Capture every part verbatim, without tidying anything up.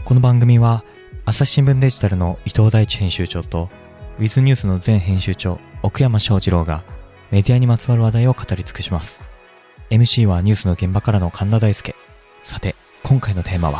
この番組は朝日新聞デジタルの伊藤大地編集長とウィズニュースの前編集長奥山翔二郎がメディアにまつわる話題を語り尽くします。 エムシー はニュースの現場からの神田大輔。さて今回のテーマは、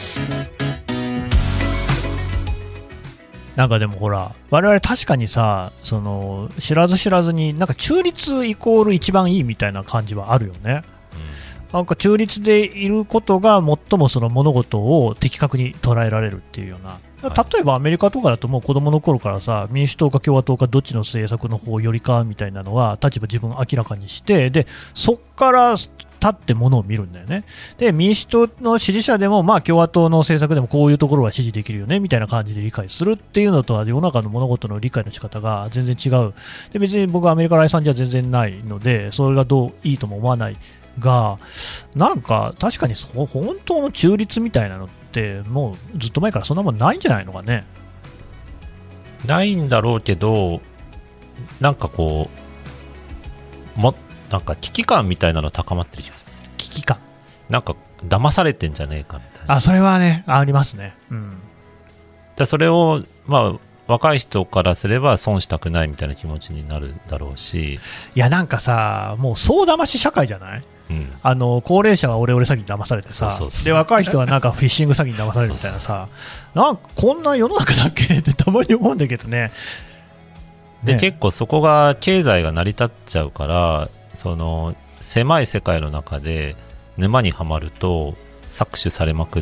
なんかでもほら我々確かにさ、その知らず知らずになんか中立イコール一番いいみたいな感じはあるよね。なんか中立でいることが最もその物事を的確に捉えられるっていうような、例えばアメリカとかだともう子供の頃からさ、民主党か共和党かどっちの政策の方よりかみたいなのは立場自分明らかにして、でそっから立ってものを見るんだよね。で民主党の支持者でもまあ共和党の政策でもこういうところは支持できるよねみたいな感じで理解するっていうのとは世の中の物事の理解の仕方が全然違う。で別に僕はアメリカ来産じゃ全然ないのでそれがどういいとも思わないが、なんか確かにそ本当の中立みたいなのってもうずっと前からそんなもんないんじゃないのかね。 ないんだろうけど、なんかこうもなんか危機感みたいなの高まってるじゃないですか。 危機感、 なんか騙されてんじゃねえかみたいな。 あ、それはねありますね、うん、 でそれをまあ若い人からすれば損したくないみたいな気持ちになるだろうし、 いやなんかさ、もう総騙し社会じゃない。うん、あの高齢者はオレオレ詐欺に騙されてさ、そうそうそう、で若い人はなんかフィッシング詐欺に騙されるみたいなさ、なんかこんな世の中だっけってたまに思うんだけどね。 で、 ね、 結構そこが経済が成り立っちゃうから、その狭い世界の中で沼にはまると搾取されまくって、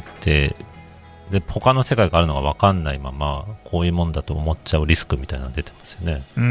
で他の世界があるのが分かんないままこういうもんだと思っちゃうリスクみたいなのが出てますよね。うん、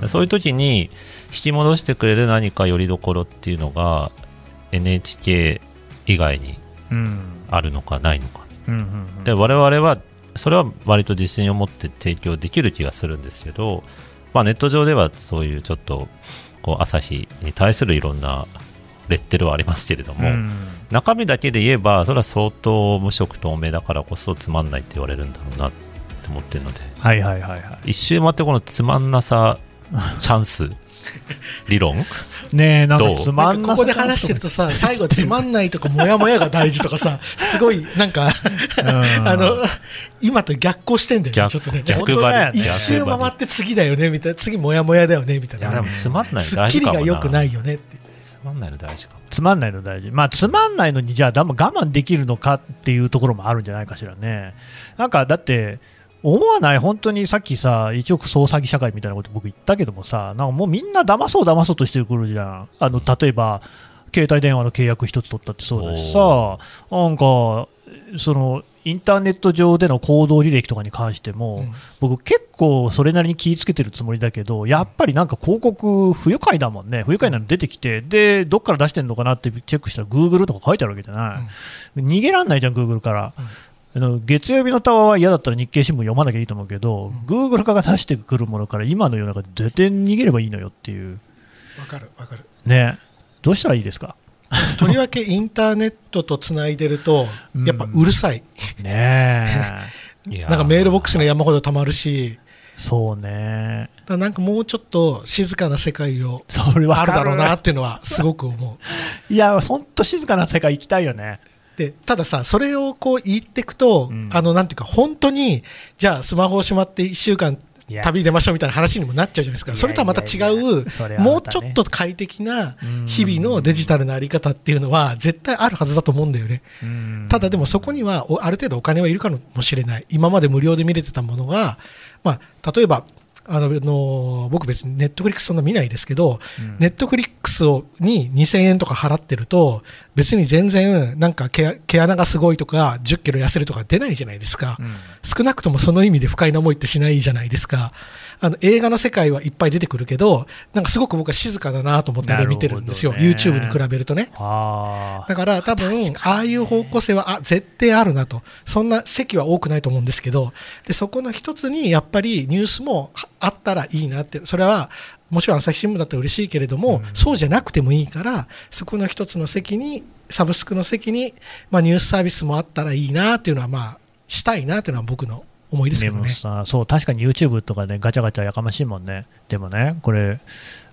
そういう時に引き戻してくれる何かよりどころっていうのがエヌエイチケー 以外にあるのかないのか、うんうんうんうん、で我々はそれは割と自信を持って提供できる気がするんですけど、まあ、ネット上ではそういうちょっとこう朝日に対するいろんなレッテルはありますけれども、うん、中身だけで言えばそれは相当無色透明だからこそつまんないって言われるんだろうなって思ってるので、 はいはいはいはい、 一周回ってこのつまんなさチャンス理論ねえ、なんかつまんなさ、 ここで話してるとさ、最後つまんないとかモヤモヤが大事とかさ、すごいなんかあの今と逆行してんだよね。ちょっとね、 逆張り、 一周回って次だよねみたいな、次モヤモヤだよねみたいな、 いやでもつまんないの大事かもな、 すっきりが良くないよねって。 つまんないの大事かも。 つまんないの大事、まあ、つまんないのにじゃあ我慢できるのかっていうところもあるんじゃないかしらね。なんかだって思わない、本当にさっきさ一億総詐欺社会みたいなこと僕言ったけどもさ、なんかもうみんな騙そう騙そうとしてくるじゃん。あの例えば携帯電話の契約一つ取ったってそうだしさ、なんかそのインターネット上での行動履歴とかに関しても、うん、僕結構それなりに気をつけてるつもりだけど、やっぱりなんか広告不愉快だもんね。不愉快なの出てきて、でどっから出してんのかなってチェックしたら Google とか書いてあるわけじゃない、うん、逃げらんないじゃん Google から、うん、あの月曜日のタワーは嫌だったら日経新聞読まなきゃいいと思うけど、うん、Google 化が出してくるものから今の世の中で絶対逃げればいいのよっていう。 わかるわかるね。どうしたらいいですか。 とりわけインターネットとつないでるとやっぱうるさい、 うん、ねえなんかメールボックスの山ほどたまるし、 そうね、 だなんかもうちょっと静かな世界をあるだろうなっていうのはすごく思う。いやほんと静かな世界行きたいよね。 でたださ、それをこう言っていくと、うん、あのなんていうか本当にじゃあスマホをしまっていっしゅうかん旅に出ましょうみたいな話にもなっちゃうじゃないですか。それとはまた違う、もうちょっと快適な日々のデジタルなあり方っていうのは絶対あるはずだと思うんだよね。ただでもそこにはある程度お金はいるかもしれない。今まで無料で見れてたものが、まあ、例えばあのの僕別にネットフリックスそんな見ないですけど、ネットフリックスをににせんえんとか払ってると別に全然なんか毛、毛穴がすごいとかじゅっキロ痩せるとか出ないじゃないですか、うん、少なくともその意味で不快な思いってしないじゃないですか。あの映画の世界はいっぱい出てくるけど、なんかすごく僕は静かだなと思ってあれ見てるんですよ、YouTube に比べるとね。あだから多分ああいう方向性はあ絶対あるなと。そんな席は多くないと思うんですけど、でそこの一つにやっぱりニュースもあったらいいなって。それはもちろん朝日新聞だったら嬉しいけれども、うん、そうじゃなくてもいいから、そこの一つの席にサブスクの席に、まあ、ニュースサービスもあったらいいなっていうのは、まあしたいなっていうのは僕の思いですけどね。 でもさ、そう確かに YouTube とかねガチャガチャやかましいもんね。でもねこれ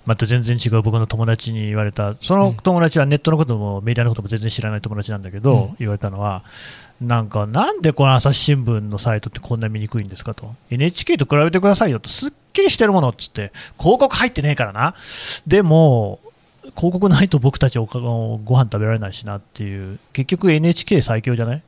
また全然違う僕の友達に言われた、その友達はネットのこともメディアのことも全然知らない友達なんだけど、うん、言われたのは、なんかなんでこの朝日新聞のサイトってこんな見にくいんですかと、 エヌエイチケー と比べてくださいよと、すっきりしてるものっつって、広告入ってねえからな、でも広告ないと僕たちおかご飯食べられないしなっていう、結局 エヌエイチケー 最強じゃない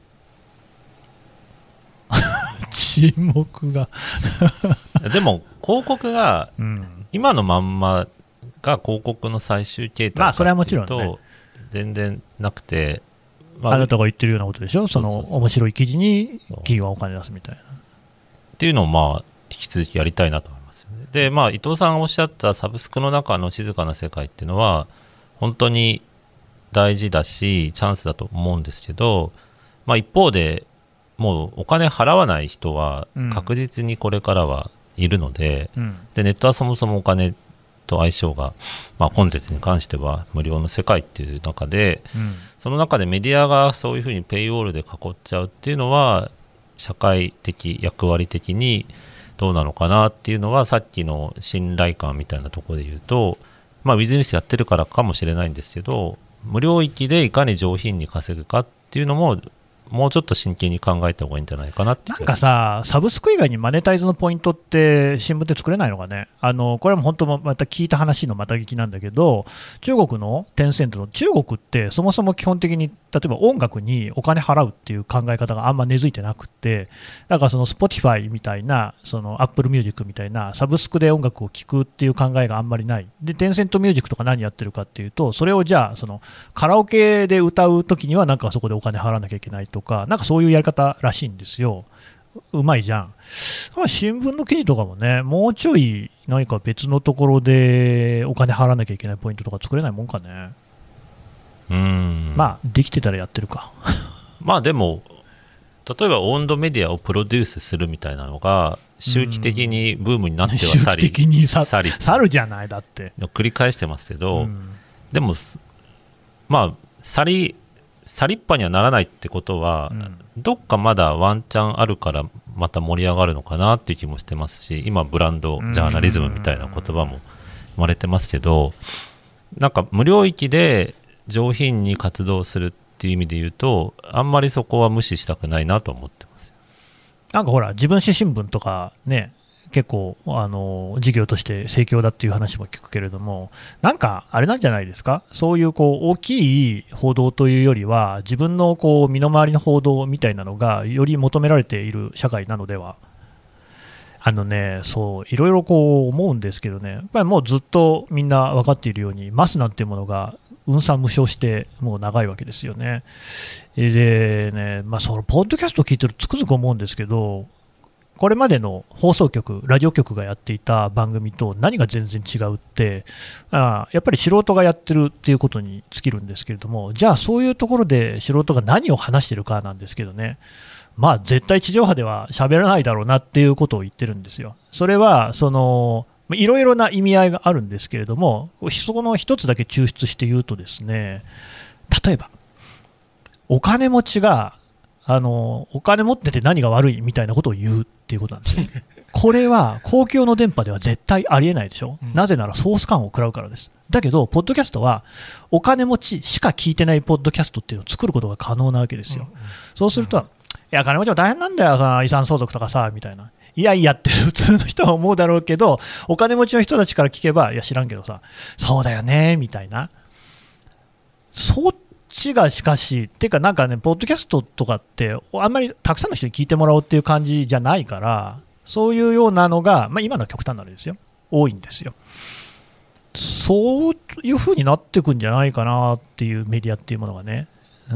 沈黙がでも広告が今のまんまが広告の最終形態かっていうと全然なくて、 まあ、あなたが言ってるようなことでしょ、その面白い記事に企業がお金出すみたいなっていうのをまあ引き続きやりたいなと思いますよね。で、まあ、伊藤さんがおっしゃったサブスクの中の静かな世界っていうのは本当に大事だしチャンスだと思うんですけど、まあ、一方でもうお金払わない人は確実にこれからはいるので、うん、でネットはそもそもお金と相性が、まあ、コンテンツに関しては無料の世界っていう中で、うん、その中でメディアがそういうふうにペイウォールで囲っちゃうっていうのは社会的役割的にどうなのかなっていうのは、さっきの信頼感みたいなところで言うと、まあ、ウィズニュースやってるからかもしれないんですけど、無料域でいかに上品に稼ぐかっていうのももうちょっと真剣に考えた方がいいんじゃないかなってなんかさ、サブスク以外にマネタイズのポイントって新聞って作れないのかね。あのこれも本当また聞いた話のまた聞きなんだけど、中国のテンセントの中国ってそもそも基本的に例えば音楽にお金払うっていう考え方があんま根付いてなくて、だからその Spotify みたいな、その Apple Music みたいなサブスクで音楽を聴くっていう考えがあんまりない。でテンセントミュージックとか何やってるかっていうと、それをじゃあそのカラオケで歌うときにはなんかそこでお金払わなきゃいけないとか、なんかそういうやり方らしいんですよ。うまいじゃん。新聞の記事とかもね、もうちょい何か別のところでお金払わなきゃいけないポイントとか作れないもんかね。 うーん、 まあできてたらやってるかまあでも例えばオウンドメディアをプロデュースするみたいなのが周期的にブームになっては去り、 周期的に去去り去るじゃない、だって繰り返してますけど、でもまあ去り去りっぱにはならないってことは、うん、どっかまだワンチャンあるからまた盛り上がるのかなっていう気もしてますし、今ブランドジャーナリズムみたいな言葉も生まれてますけど、なんか無領域で上品に活動するっていう意味で言うと、あんまりそこは無視したくないなと思ってます。 なんかほら自分史新聞とかね、結構あの事業として盛況だっていう話も聞くけれども、なんかあれなんじゃないですか、そういうこう大きい報道というよりは自分のこう身の回りの報道みたいなのがより求められている社会なのでは。あのね、そういろいろこう思うんですけどね、やっぱりもうずっとみんな分かっているようにマスなんていうものが運算無償してもう長いわけですよね。でね、まあ、そのポッドキャストを聞いてるとつくづく思うんですけど、これまでの放送局、ラジオ局がやっていた番組と何が全然違うって、あやっぱり素人がやってるっていうことに尽きるんですけれども、じゃあそういうところで素人が何を話してるかなんですけどね、まあ絶対地上波では喋らないだろうなっていうことを言ってるんですよ。それはそのいろいろな意味合いがあるんですけれども、そこの一つだけ抽出して言うとですね、例えばお金持ちがあのお金持ってて何が悪いみたいなことを言うっていうことなんですよこれは公共の電波では絶対ありえないでしょ、うん、なぜならソース感を食らうからです。だけどポッドキャストはお金持ちしか聞いてないポッドキャストっていうのを作ることが可能なわけですよ、うんうん、そうすると、うん、いや金持ちも大変なんだよさ、遺産相続とかさみたいな、いやいやって普通の人は思うだろうけど、お金持ちの人たちから聞けば、いや知らんけどさ、そうだよねみたいな、そっちがしかし、てかなんかね、ポッドキャストとかってあんまりたくさんの人に聞いてもらおうっていう感じじゃないから、そういうようなのが、まあ、今の極端なあれですよ、多いんですよ。そういう風になっていくんじゃないかなっていうメディアっていうものがね、うん、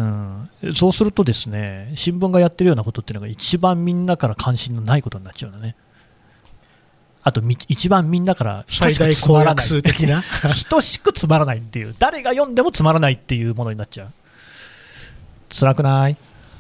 そうするとですね、新聞がやってるようなことっていうのが一番みんなから関心のないことになっちゃうんだね。あと一番みんなから最大公約数的な等しくつまらないっていう、誰が読んでもつまらないっていうものになっちゃう。辛くない？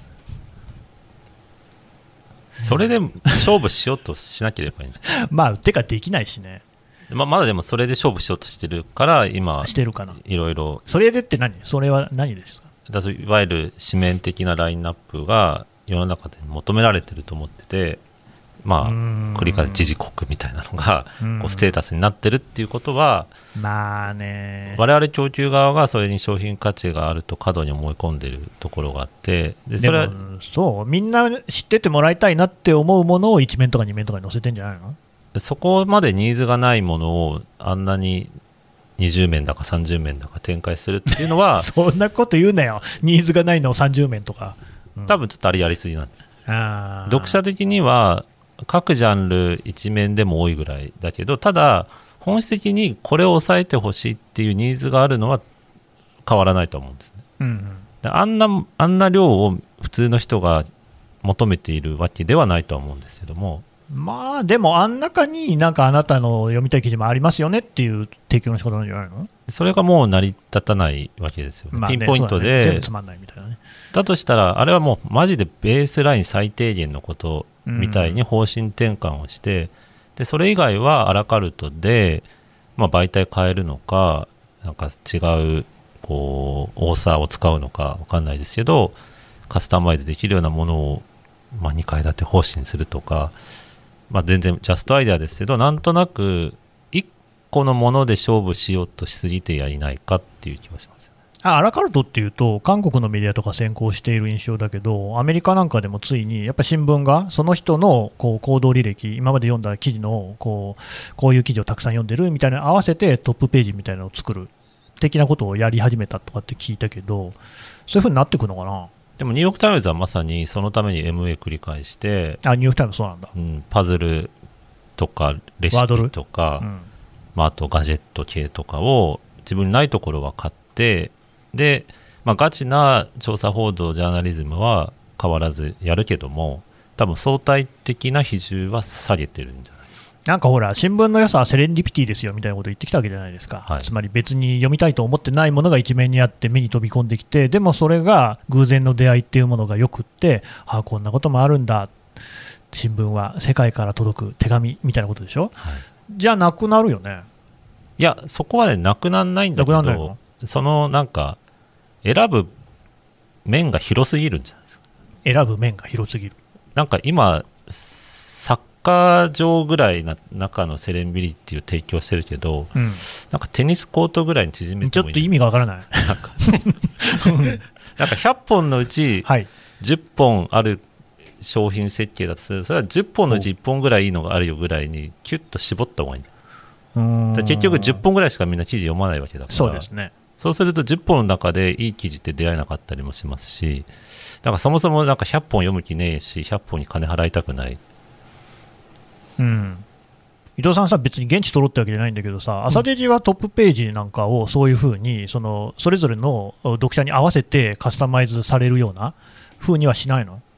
それで勝負しようとしなければいいんじゃないまあてかできないしね、 ま, まだでもそれで勝負しようとしてるから今してるかな、 いろいろ。 それでって何？それは何ですか？ だいわゆる紙面的なラインナップが世の中で求められてると思ってて、 まあ、繰り返し時事国みたいなのがこうステータスになってるっていうことは、 まあね、 我々供給側がそれに商品価値があると過度に思い込んでるところがあって、でそれはでもそうみんな知っててもらいたいなって思うものをいち面とかに面とかに載せてんじゃないの？ そこまでニーズがないものをあんなににじゅう面だかさんじゅう面だか展開するっていうのはそんなこと言うなよ、ニーズがないのをさんじゅう面とか、 うん、多分ちょっとあれやりすぎなんで、 あ読者的には各ジャンル一面でも多いぐらいだけど、ただ本質的にこれを抑えてほしいっていうニーズがあるのは変わらないと思うんですね、うんうん、であんな、あんな量を普通の人が求めているわけではないとは思うんですけども、 まあでもあん中になんかあなたの読みたい記事もありますよねっていう提供の仕方なんじゃないの？ それがもう成り立たないわけですよね、まあね、ピンポイントで、ね、 全部つまんないみたいなね。 だとしたらあれはもうマジでベースライン最低限のことみたいに方針転換をして、うん、でそれ以外はアラカルトで、まあ、媒体変えるのかなんか違うこうオーサーを使うのか分かんないですけど、カスタマイズできるようなものを、まあ、にかい建て方針するとか、まあ、全然ジャストアイデアですけど、なんとなくいっこのもので勝負しようとしすぎてやりないかっていう気がしますよね。 あアラカルトっていうと韓国のメディアとか先行している印象だけど、アメリカなんかでもついにやっぱ新聞がその人のこう行動履歴、今まで読んだ記事のこうこういう記事をたくさん読んでるみたいなのに合わせてトップページみたいなのを作る的なことをやり始めたとかって聞いたけど、そういう風になってくのかな。 でもニューヨークタイムズはまさにそのために エムエー 繰り返して、 あニューヨークタイムズそうなんだ、 うん、パズルとかレシピとか、うんまあ、あとガジェット系とかを自分にないところは買って、で、まあ、ガチな調査報道ジャーナリズムは変わらずやるけども、多分相対的な比重は下げてるんじゃないですか。 なんかほら新聞の良さはセレンディピティですよみたいなことを言ってきたわけじゃないですか、はい、つまり別に読みたいと思ってないものが一面にあって目に飛び込んできて、でもそれが偶然の出会いっていうものがよくって、ああこんなこともあるんだ、新聞は世界から届く手紙みたいなことでしょ、はい、じゃあなくなるよね。 いやそこはねなくならないんだけど、そのなんか選ぶ面が広すぎるんじゃないですか。 選ぶ面が広すぎる。 なんか今サッカー場ぐらいな中のセレンビリティを提供してるけど、うん、なんかテニスコートぐらいに縮めてもいい。 ちょっと意味がわからない。なんかなんかひゃっぽんのうちじゅっぽんある商品設計だとすると、それはじゅっぽんのうちいっぽんぐらいいいのがあるよぐらいにキュッと絞った方がいいんだ。うーん結局じゅっぽんぐらいしかみんな記事読まないわけだから、 そうですね。 そうするとじゅっぽんの中でいい記事って出会えなかったりもしますし、だからそもそもなんかひゃっぽん読む気ねえし、ひゃっぽんに金払いたくない。 うん、伊藤さんさ、別に現地取ろうってわけじゃないんだけどさ、朝デジはトップページなんかをそういうふうに そのそれぞれの読者に合わせてカスタマイズされるようなふうにはしないの？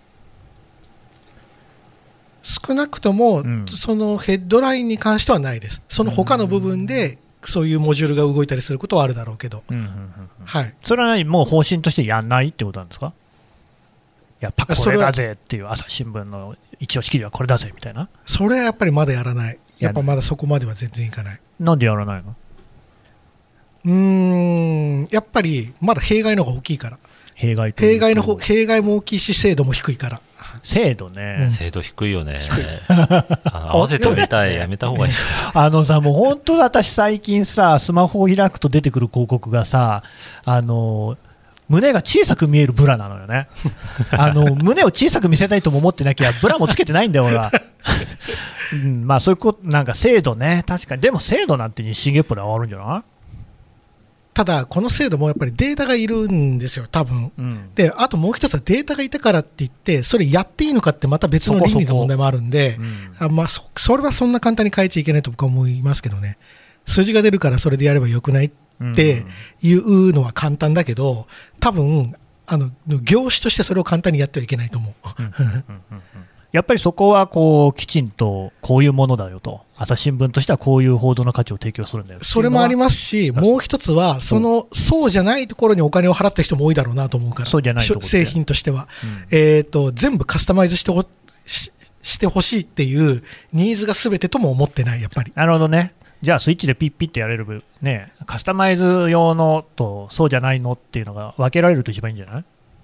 少なくとも、うん、そのヘッドラインに関してはないです。その他の部分でそういうモジュールが動いたりすることはあるだろうけど、うんうんうんうん、はい、 それは何もう方針としてやんないってことなんですか？やっぱこれだぜっていう朝日新聞の一押し記事はこれだぜみたいな。 それはやっぱりまだやらない。やっぱまだそこまでは全然いかない。 なんでやらないの？ うーんやっぱりまだ弊害の方が大きいから。 弊害弊害の方弊害も大きいし精度も低いから。 精度ね、 うん、精度低いよね。合わせてみたいやめた方がいい。 あのさもう本当私最近さスマホを開くと出てくる広告がさ、あの胸が小さく見えるブラなのよね。あの胸を小さく見せたいとも思ってなきゃブラもつけてないんだよ俺は。うん、まあそういうことなんか精度ね、確かに。でも精度なんて日進月歩で上がるんじゃない？ ただこの精度もやっぱりデータがいるんですよ多分、うん、であともう一つはデータがいたからって言ってそれやっていいのかってまた別の倫理の問題もあるんで、そこそこ、うん、あまあ、そ, それはそんな簡単に変えちゃいけないと僕は思いますけどね。数字が出るからそれでやればよくないっていうのは簡単だけど、多分あの業種としてそれを簡単にやってはいけないと思う。 やっぱりそこはこうきちんとこういうものだよと、朝日新聞としてはこういう報道の価値を提供するんだよ。 それもありますし、もう一つはそのそうじゃないところにお金を払った人も多いだろうなと思うから、 そうじゃないところ製品としては、うんえー、と全部カスタマイズしてほし、してほしいっていうニーズが全てとも思ってないやっぱり。 なるほどね。じゃあスイッチでピッピッってやれる、ね、カスタマイズ用のとそうじゃないのっていうのが分けられると一番いいんじゃない？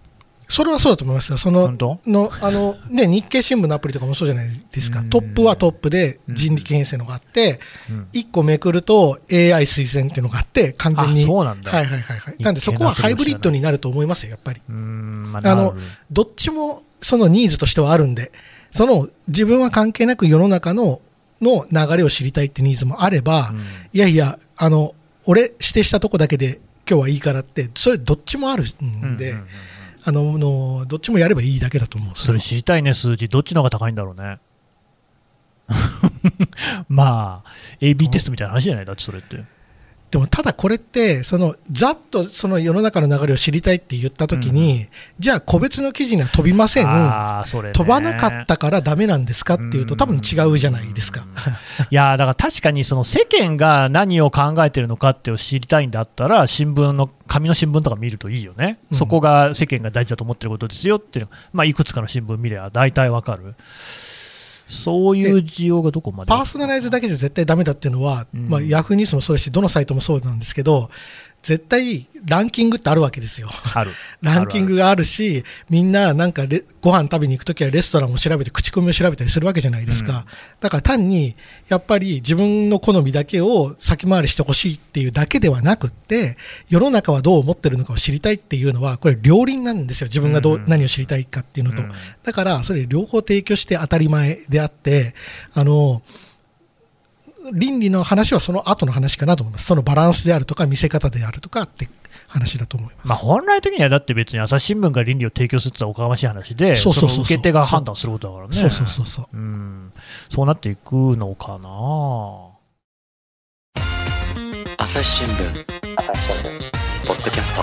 それはそうだと思いますよ。そののあの、ね、日経新聞のアプリとかもそうじゃないですか。トップはトップで人力編成のがあって、うん、いっこめくると エーアイ 推薦っていうのがあって、完全に。 そうなんだ。 はいはいはいはい。なんでそこはハイブリッドになると思いますよ、やっぱり。 うーん、まあ、あのどっちもそのニーズとしてはあるんで、その自分は関係なく世の中のの流れを知りたいってニーズもあれば、うん、いやいや、あの俺指定したとこだけで今日はいいからって、それどっちもあるんで、うんうんうん、あののどっちもやればいいだけだと思う。 それ知りたいね、数字どっちの方が高いんだろうね。まあ エービー テストみたいな話じゃない、だってそれって。 でもただこれってそのざっとその世の中の流れを知りたいって言ったときに、うん、じゃあ個別の記事には飛びません、飛ばなかったからダメなんですかっていうと多分違うじゃないですか。 いやだから確かにその世間が何を考えてるのかって知りたいんだったら新聞の紙の新聞とか見るといいよね、うん、そこが世間が大事だと思ってることですよっていうの、まあ、いくつかの新聞見れば大体わかる。そういう需要がどこまでパーソナライズだけじゃ絶対ダメだっていうのは、うん、まあ、ヤフーニュースもそうですしどのサイトもそうなんですけど、絶対ランキングってあるわけですよ。 あるランキングがあるし、みんななんかレご飯食べに行くときはレストランを調べて口コミを調べたりするわけじゃないですか、うん、だから単にやっぱり自分の好みだけを先回りしてほしいっていうだけではなくって、世の中はどう思ってるのかを知りたいっていうのはこれ両輪なんですよ。自分がどう、うん、何を知りたいかっていうのと、うん、だからそれ両方提供して当たり前であって、あの倫理の話はその後の話かなと思います。そのバランスであるとか見せ方であるとかって話だと思います。 まあ、本来的にはだって別に朝日新聞が倫理を提供するって言ったらおかがましい話で、そうそうそうそう、その受け手が判断することだからね。 そうそうそうそう。 うん、そうなっていくのかな。 朝日新聞、朝日新聞ポッドキャス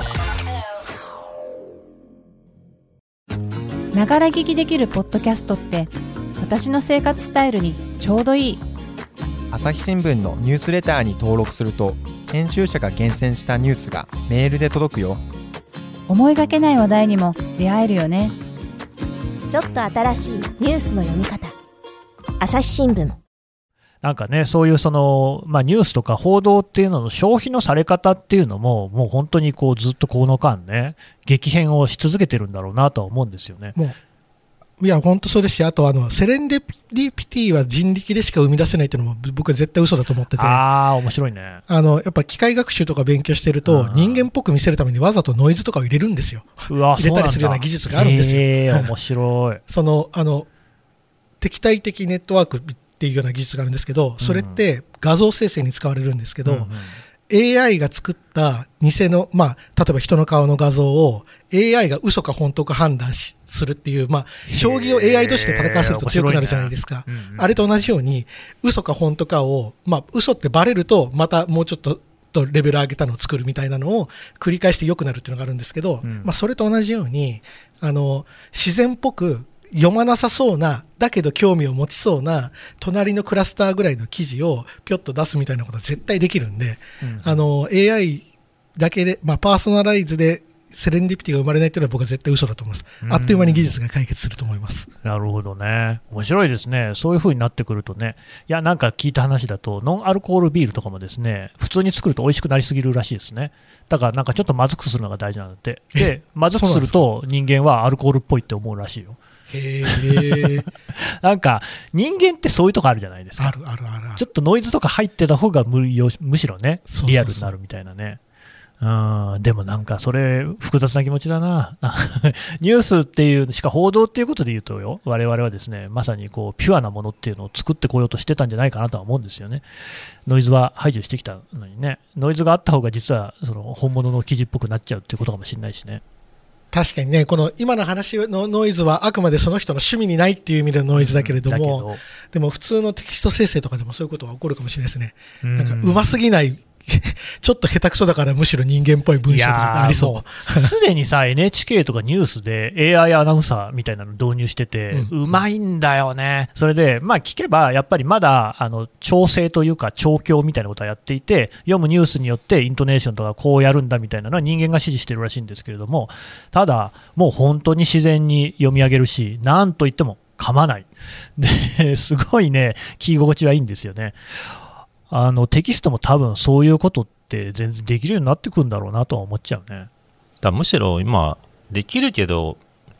ト。ながら聞きできるポッドキャストって私の生活スタイルにちょうどいい。 朝日新聞のニュースレターに登録すると編集者が厳選したニュースがメールで届くよ。 思いがけない話題にも出会えるよね。 ちょっと新しいニュースの読み方、朝日新聞。 なんかね、そういうその、まあ、ニュースとか報道っていうのの消費のされ方っていうのももう本当にこうずっとこの間ね激変をし続けてるんだろうなとは思うんですよね。 もういや本当そうですし、あとあのセレンディピティは人力でしか生み出せないっていうのも僕は絶対嘘だと思ってて、 あー面白いね。 あのやっぱ機械学習とか勉強してると人間っぽく見せるためにわざとノイズとかを入れるんですよ。 うわ入れたりするような技術があるんですよ。 へー面白い。 そのあの敵対的ネットワークっていうような技術があるんですけど、それって画像生成に使われるんですけど、うんうん、エーアイ が作った偽の、まあ、例えば人の顔の画像を エーアイ が嘘か本当か判断しするっていう、まあ、将棋を エーアイ 同士で戦わせると強くなるじゃないですか、ねうんうん、あれと同じように嘘か本当かを、まあ、嘘ってバレるとまたもうちょっとレベル上げたのを作るみたいなのを繰り返して良くなるっていうのがあるんですけど、うんまあ、それと同じようにあの自然っぽく読まなさそうなだけど興味を持ちそうな隣のクラスターぐらいの記事をピョッと出すみたいなことは絶対できるんで、うん、あの エーアイ だけで、まあ、パーソナライズでセレンディピティが生まれないというのは僕は絶対嘘だと思います。あっという間に技術が解決すると思います。 なるほどね。面白いですね。そういう風になってくるとね、いやなんか聞いた話だとノンアルコールビールとかもですね普通に作ると美味しくなりすぎるらしいですね。だからなんかちょっとまずくするのが大事なんだって。でまずくすると人間はアルコールっぽいって思うらしいよ。 へーなんか人間ってそういうとこあるじゃないですか。 あるあるあるある。 ちょっとノイズとか入ってた方が む, むしろねリアルになるみたいなね。うんでもなんかそれ複雑な気持ちだなニュースっていうしか報道っていうことで言うとよ、我々はですねまさにこうピュアなものっていうのを作ってこようとしてたんじゃないかなとは思うんですよね。ノイズは排除してきたのにね、ノイズがあった方が実はその本物の記事っぽくなっちゃうっていうことかもしれないしね。 確かにね、この今の話のノイズはあくまでその人の趣味にないっていう意味でのノイズだけれども、うん、だけどでも普通のテキスト生成とかでもそういうことが起こるかもしれないですね。うん、なんかうますぎないちょっと下手くそだからむしろ人間っぽい文章とかありそう。 すでにさ エヌエイチケー とかニュースで エーアイ アナウンサーみたいなの導入してて、うん、うまいんだよね。それでまあ聞けばやっぱりまだあの調整というか調教みたいなことはやっていて、読むニュースによってイントネーションとかこうやるんだみたいなのは人間が指示してるらしいんですけれども、ただもう本当に自然に読み上げるし、なんといっても噛まないですごいね聞き心地はいいんですよね。あのテキストも多分そういうことって全然できるようになってくるんだろうなとは思っちゃうね。 だむしろ今できるけど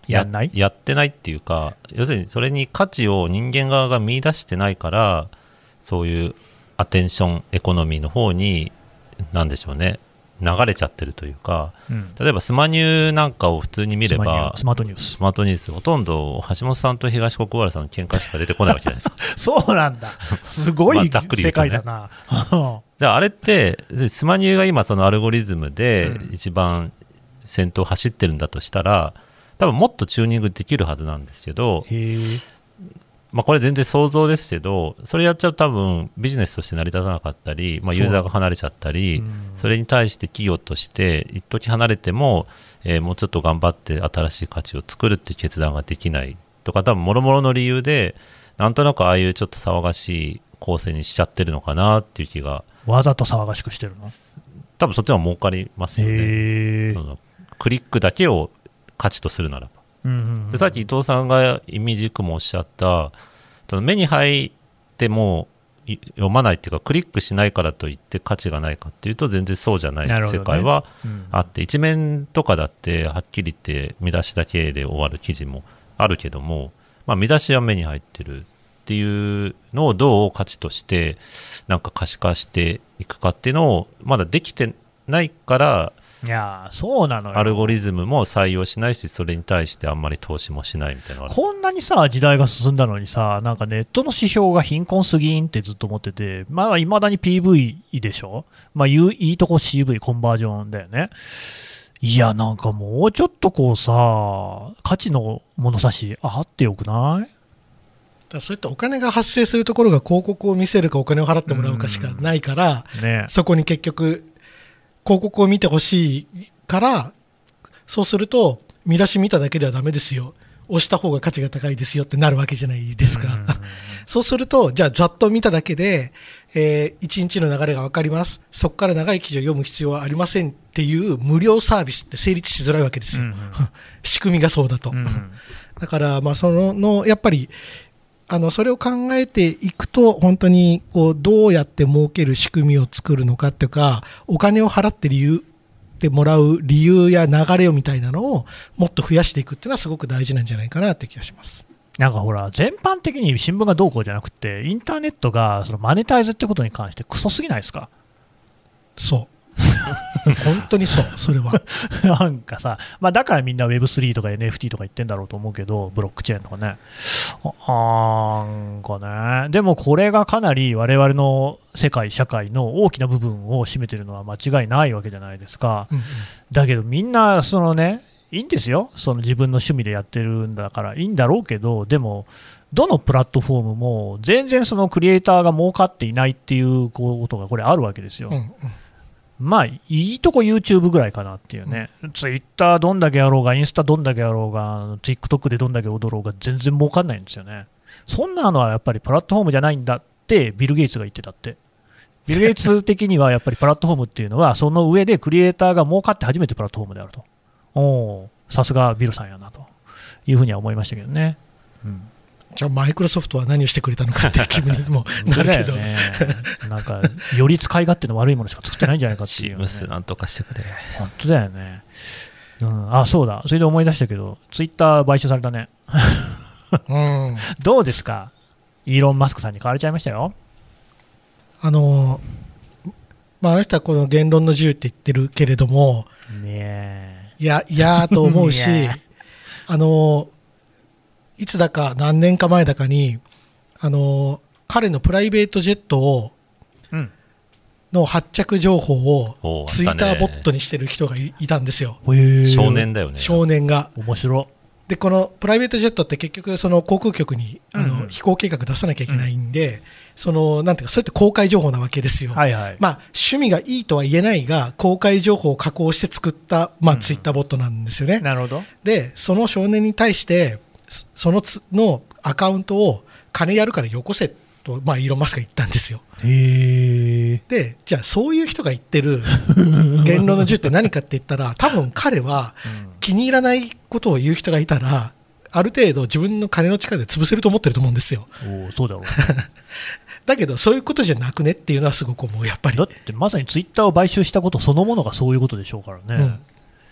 やんないや, やってないっていうか、要するにそれに価値を人間側が見出してないから、そういうアテンションエコノミーの方に何でしょうね、流れちゃってるというか、うん、例えばスマニューなんかを普通に見れば、 スマートニューススマートニュースほとんど橋本さんと東国原さんの喧嘩しか出てこないわけじゃないですかそうなんだ、すごい世界だなじゃああれってスマニューが今そのアルゴリズムで一番先頭走ってるんだとしたら、多分もっとチューニングできるはずなんですけど、まあ、これ全然想像ですけど、それやっちゃうと多分ビジネスとして成り立たなかったり、まあ、ユーザーが離れちゃったり、 そ, それに対して企業として一時離れても、えー、もうちょっと頑張って新しい価値を作るっていう決断ができないとか、多分もろもろの理由でなんとなくああいうちょっと騒がしい構成にしちゃってるのかなっていう気が。 わざと騒がしくしてるの？ 多分そっちの方が儲かりますよね。クリックだけを価値とするならば、うんうんうん、でさっき伊藤さんが意味軸もおっしゃったその目に入っても読まないっていうか、クリックしないからといって価値がないかっていうと全然そうじゃない世界はあって、うん、一面とかだってはっきり言って見出しだけで終わる記事もあるけども、まあ、見出しは目に入ってるっていうのをどう価値としてなんか可視化していくかっていうのをまだできてないから、 いやそうなのよ、 アルゴリズムも採用しないし、それに対してあんまり投資もしないみたいなのがある。 こんなにさ時代が進んだのにさ、なんかネットの指標が貧困すぎんってずっと思ってて、まあいまだに ピーブイ でしょ、まあ、いいとこ シーブイ コンバージョンだよね。いやなんかもうちょっとこうさ価値の物差しあってよくない？ だそういったお金が発生するところが広告を見せるかお金を払ってもらうかしかないから、ね、そこに結局広告を見てほしいから、そうすると見出し見ただけではダメですよ、押した方が価値が高いですよってなるわけじゃないですか。そうするとじゃあざっと見ただけで、えー、いちにちの流れが分かります、そこから長い記事を読む必要はありませんっていう無料サービスって成立しづらいわけですよ、うんうん、仕組みがそうだと、うんうん、だからまあそののやっぱりあのそれを考えていくと、本当にこうどうやって儲ける仕組みを作るのかっていうか、お金を払って理由ってもらう理由や流れをみたいなのをもっと増やしていくっていうのはすごく大事なんじゃないかなって気がします。 なんかほら全般的に新聞がどうこうじゃなくて、インターネットがそのマネタイズってことに関してクソすぎないですか？ そう本当にそう、それはなんかさ、まあ、だからみんな ウェブスリー とか エヌエフティー とか言ってんだろうと思うけど、ブロックチェーンとかね、あなんかね、でもこれがかなり我々の世界社会の大きな部分を占めてるのは間違いないわけじゃないですか、うんうん、だけどみんなそのね、いいんですよ、その自分の趣味でやってるんだからいいんだろうけど、でもどのプラットフォームも全然そのクリエイターが儲かっていないっていうことがこれあるわけですよ、うんうん、まあいいとこ YouTube ぐらいかなっていうね、うん、Twitter どんだけやろうがインスタどんだけやろうが TikTok でどんだけ踊ろうが全然儲かんないんですよね。そんなのはやっぱりプラットフォームじゃないんだってビル・ゲイツが言ってたって。ビル・ゲイツ的にはやっぱりプラットフォームっていうのはその上でクリエイターが儲かって初めてプラットフォームであると。おさすがビルさんやなというふうには思いましたけどね、うん、 じゃあマイクロソフトは何をしてくれたのかっていう気分にもなるけどね、なんかより使い勝手の悪いものしか作ってないんじゃないかっていう、ね、 チームスなんとかしてくれ。 本当だよね、うん、あそうだ、それで思い出したけどツイッター買収されたねうん、どうですか、イーロン・マスクさんに買われちゃいましたよ。 あのまあ、あの人はこの言論の自由って言ってるけれども、ね、いやいやと思うしあのいつだか何年か前だかにあの彼のプライベートジェットを、うん、の発着情報をツイッターボットにしてる人が い, いたんですよ。 少年だよね。 少年が面白で、このプライベートジェットって結局その航空局にあの、うん、飛行計画出さなきゃいけないんで、うん、そのなんていうかそうやって公開情報なわけですよ、はいはい、まあ、趣味がいいとは言えないが公開情報を加工して作った、まあ、ツイッターボットなんですよね、 うん、なるほど。 でその少年に対してそのつのアカウントを金やるからよこせと、まあ、イーロン・マスクが言ったんですよ。へでじゃあそういう人が言ってる言論の自由って何かって言ったら多分彼は気に入らないことを言う人がいたらある程度自分の金の力で潰せると思ってると思うんですよ。 おそうだろうだけどそういうことじゃなくねっていうのはすごく思う。やっぱりだってまさにツイッターを買収したことそのものがそういうことでしょうからね、うん、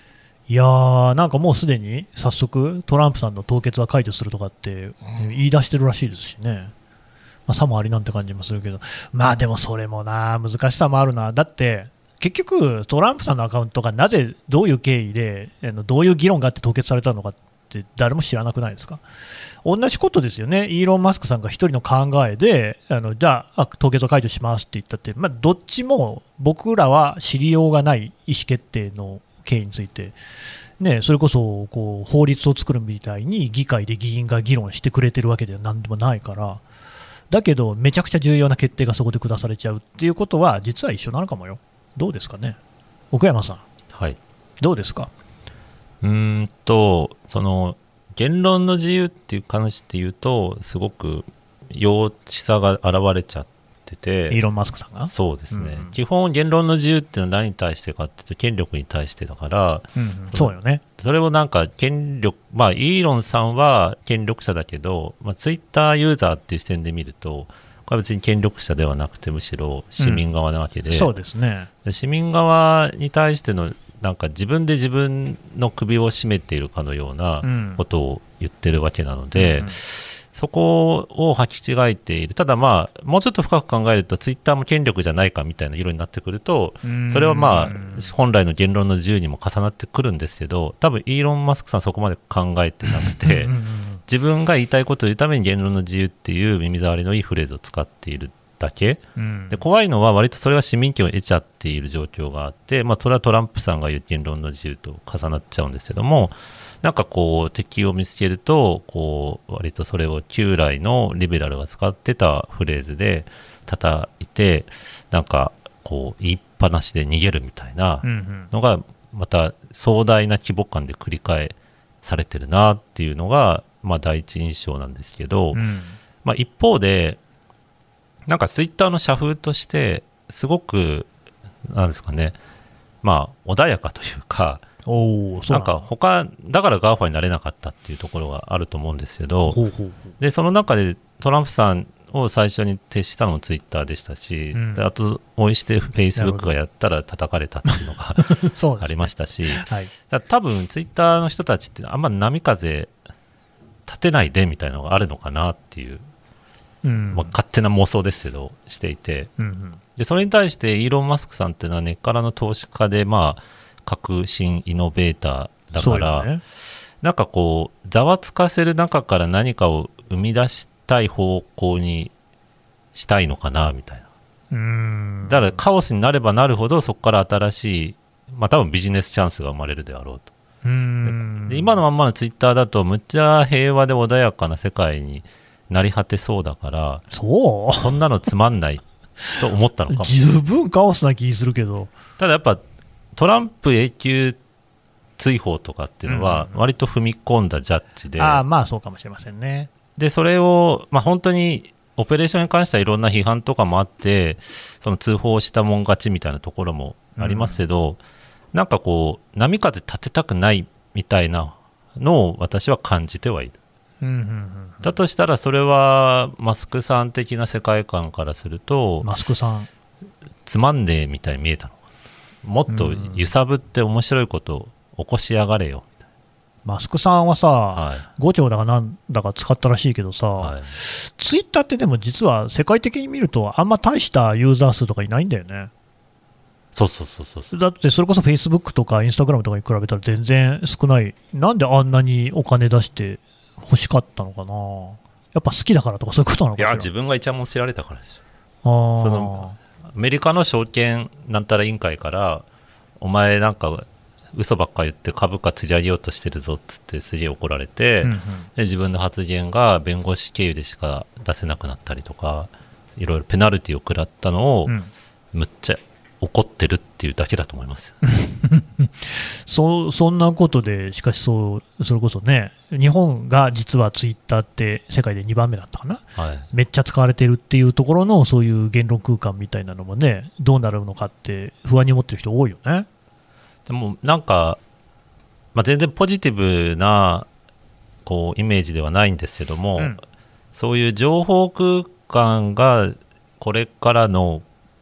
いやー、なんかもうすでに早速トランプさんの凍結は解除するとかって言い出してるらしいですしね、まあ、さもありなんて感じもするけど、まあでもそれもな、難しさもあるな。だって結局トランプさんのアカウントがなぜどういう経緯でどういう議論があって凍結されたのかって誰も知らなくないですか。同じことですよね。イーロン・マスクさんが一人の考えであのじゃあ凍結を解除しますって言ったって、まあ、どっちも僕らは知りようがない意思決定の経緯について、ね、それこそこう法律を作るみたいに議会で議員が議論してくれてるわけでは何でもないから、だけどめちゃくちゃ重要な決定がそこで下されちゃうっていうことは実は一緒なのかもよ。どうですかね、奥山さん。 はい、 どうですか。 うーんとその言論の自由っていう話で言うとすごく幼稚さが現れちゃってて、 イーロン・マスクさんがそうですね、 うん、 基本言論の自由っていうのは何に対してかっていうと権力に対してだから、 うんうん、そうよね。 それをなんか権力、まあイーロンさんは権力者だけど、まあ、ツイッターユーザーっていう視点で見るとこれは別に権力者ではなくてむしろ市民側なわけで、 うん、そうですね。 市民側に対してのなんか自分で自分の首を絞めているかのようなことを言ってるわけなので、うんうん、そこを履き違えている。ただまあもうちょっと深く考えるとツイッターも権力じゃないかみたいな議論になってくると、それはまあ本来の言論の自由にも重なってくるんですけど、多分イーロン・マスクさんそこまで考えてなくて自分が言いたいことを言うために言論の自由っていう耳障りのいいフレーズを使っているだけ、うん、で怖いのは割とそれは市民権を得ちゃっている状況があって、まあ、それはトランプさんが言う言論の自由と重なっちゃうんですけども、なんかこう敵を見つけるとこう割とそれを旧来のリベラルが使ってたフレーズで叩いてなんかこう言いっぱなしで逃げるみたいなのがまた壮大な規模感で繰り返されてるなっていうのがまあ第一印象なんですけど、うんまあ、一方でなんかツイッターの社風としてすごくなんですかね、まあ穏やかというか、おそうなんか他だからガーファになれなかったっていうところがあると思うんですけど、ほうほうほうでその中でトランプさんを最初に徹したのもツイッターでしたし、うん、であと応援してフェイスブックがやったら叩かれたっていうのがありましたし、ねはい、多分ツイッターの人たちってあんま波風立てないでみたいなのがあるのかなっていう、うんまあ、勝手な妄想ですけどしていて、うんうん、でそれに対してイーロン・マスクさんっていうのは根っからの投資家で、まあ、革新イノベーターだから、ね、なんかこうざわつかせる中から何かを生み出したい方向にしたいのかなみたいな。うーんだからカオスになればなるほどそこから新しい、まあ、多分ビジネスチャンスが生まれるであろうと。うーんで今のまんまのツイッターだとむっちゃ平和で穏やかな世界になり果てそうだから、そうそんなのつまんないと思ったのかも十分カオスな気するけど、 ただやっぱトランプ永久追放とかっていうのは割と踏み込んだジャッジで、 うんうん、あまあそうかもしれませんね。 でそれを、まあ、本当にオペレーションに関してはいろんな批判とかもあってその通報したもん勝ちみたいなところもありますけど、うん、なんかこう波風立てたくないみたいなのを私は感じてはいる、うんうんうん、だとしたらそれはマスクさん的な世界観からするとマスクさんつまんねえみたいに見えたの。もっと揺さぶって面白いことを起こしやがれよ。 マスクさんはさ、はい、ごちょうだかなんだか使ったらしいけどさ、はい、ツイッターってでも実は世界的に見るとあんま大したユーザー数とかいないんだよね。 そうそうそうそう。 だってそれこそフェイスブックとかインスタグラムとかに比べたら全然少ない。なんであんなにお金出して欲しかったのかな。やっぱ好きだからとかそういうことなのかしら。 いや自分がイチャモン知られたからですよ。あそのアメリカの証券なんたら委員会からお前なんか嘘ばっか言って株価釣り上げようとしてるぞっつってすげえ怒られて、うんうん、で自分の発言が弁護士経由でしか出せなくなったりとかいろいろペナルティを食らったのを、うん、むっちゃ怒ってるっていうだけだと思いますよそ, そんなことでしかしそうそれこそね日本が実はツイッターって世界でにばんめだったかな、はい、めっちゃ使われてるっていうところのそういう言論空間みたいなのもねどうなるのかって不安に思ってる人多いよね。 でもなんか、まあ、全然ポジティブなこうイメージではないんですけども、うん、そういう情報空間がこれからの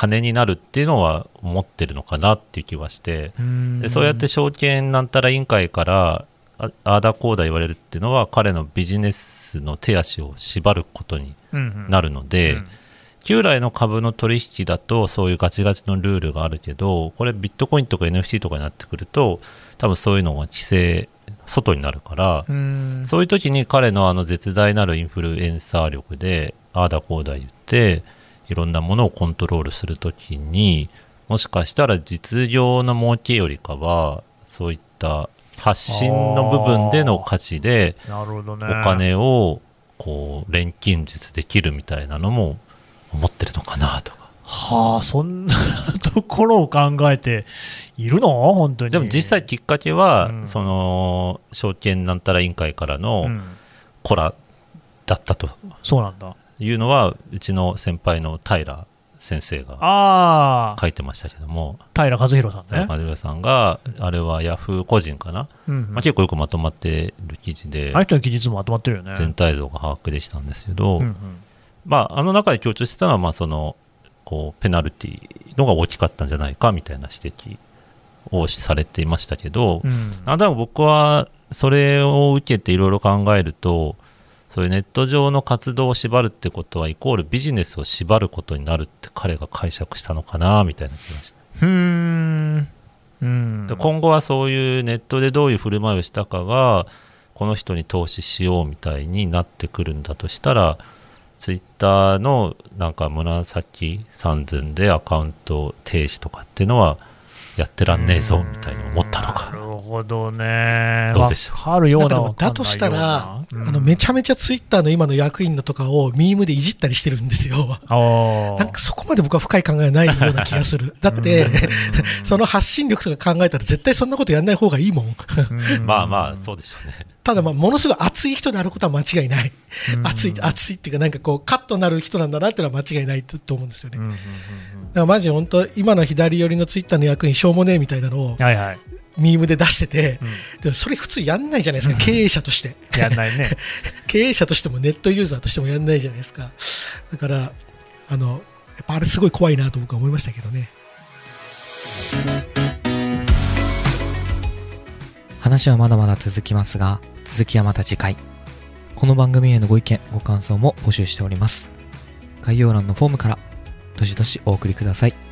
金になるっていうのは思ってるのかなっていう気はして、でそうやって証券なんたら委員会からああだこうだ言われるっていうのは彼のビジネスの手足を縛ることになるので、うんうん、旧来の株の取引だとそういうガチガチのルールがあるけど、これビットコインとか エヌエフティー とかになってくると多分そういうのが規制外になるから、うん、そういう時に彼のあの絶大なるインフルエンサー力でああだこうだ言っていろんなものをコントロールする時に、もしかしたら実業の儲けよりかはそういった発信の部分での価値でお金をこう錬金術できるみたいなのも思ってるのかなとか。 はあ、そんなところを考えているの本当に。 でも実際きっかけは、うん、その証券なんたら委員会からのコラだったと、 うん、そうなんだいうのはうちの先輩の平先生が書いてましたけども、 平和弘さんね。 平和弘さんがあれはヤフー個人かな、うんうんまあ、結構よくまとまってる記事で、 あの人の記述もまとまってるよね。 全体像が把握できたんですけど、うんうんまあ、あの中で強調してたのは、まあ、そのこうペナルティのが大きかったんじゃないかみたいな指摘をされていましたけど、うん、なんだろう僕はそれを受けていろいろ考えると、そういうネット上の活動を縛るってことはイコールビジネスを縛ることになるって彼が解釈したのかなみたいな気がして、うーんうんで今後はそういうネットでどういう振る舞いをしたかがこの人に投資しようみたいになってくるんだとしたら、ツイッターのなんか紫三寸でアカウント停止とかっていうのはやってらんねえぞみたいに思ったのか。 なるほどね。 どうでしょう。 わかるようななんかだとしたら、うん、あのめちゃめちゃツイッターの今の役員のとかをミームでいじったりしてるんですよ。なんかそこまで僕は深い考えないような気がする。だってその発信力とか考えたら絶対そんなことやんない方がいいもん。 まあまあそうでしょうね。 ただまあものすごい熱い人であることは間違いない。熱い熱いっていうかなんかこうカッとなる人なんだなっていうのは間違いないと思うんですよね。だからマジ本当今の左寄りのツイッターの役員しょうもねえみたいなのを、はいはい、ミームで出してて、うん、でもそれ普通やんないじゃないですか、経営者としてやんないね経営者としてもネットユーザーとしてもやんないじゃないですか。だからあのやっぱあれすごい怖いなと僕は思いましたけどね。 話はまだまだ続きますが、続きはまた次回。この番組へのご意見ご感想も募集しております。概要欄のフォームからどしどしお送りください。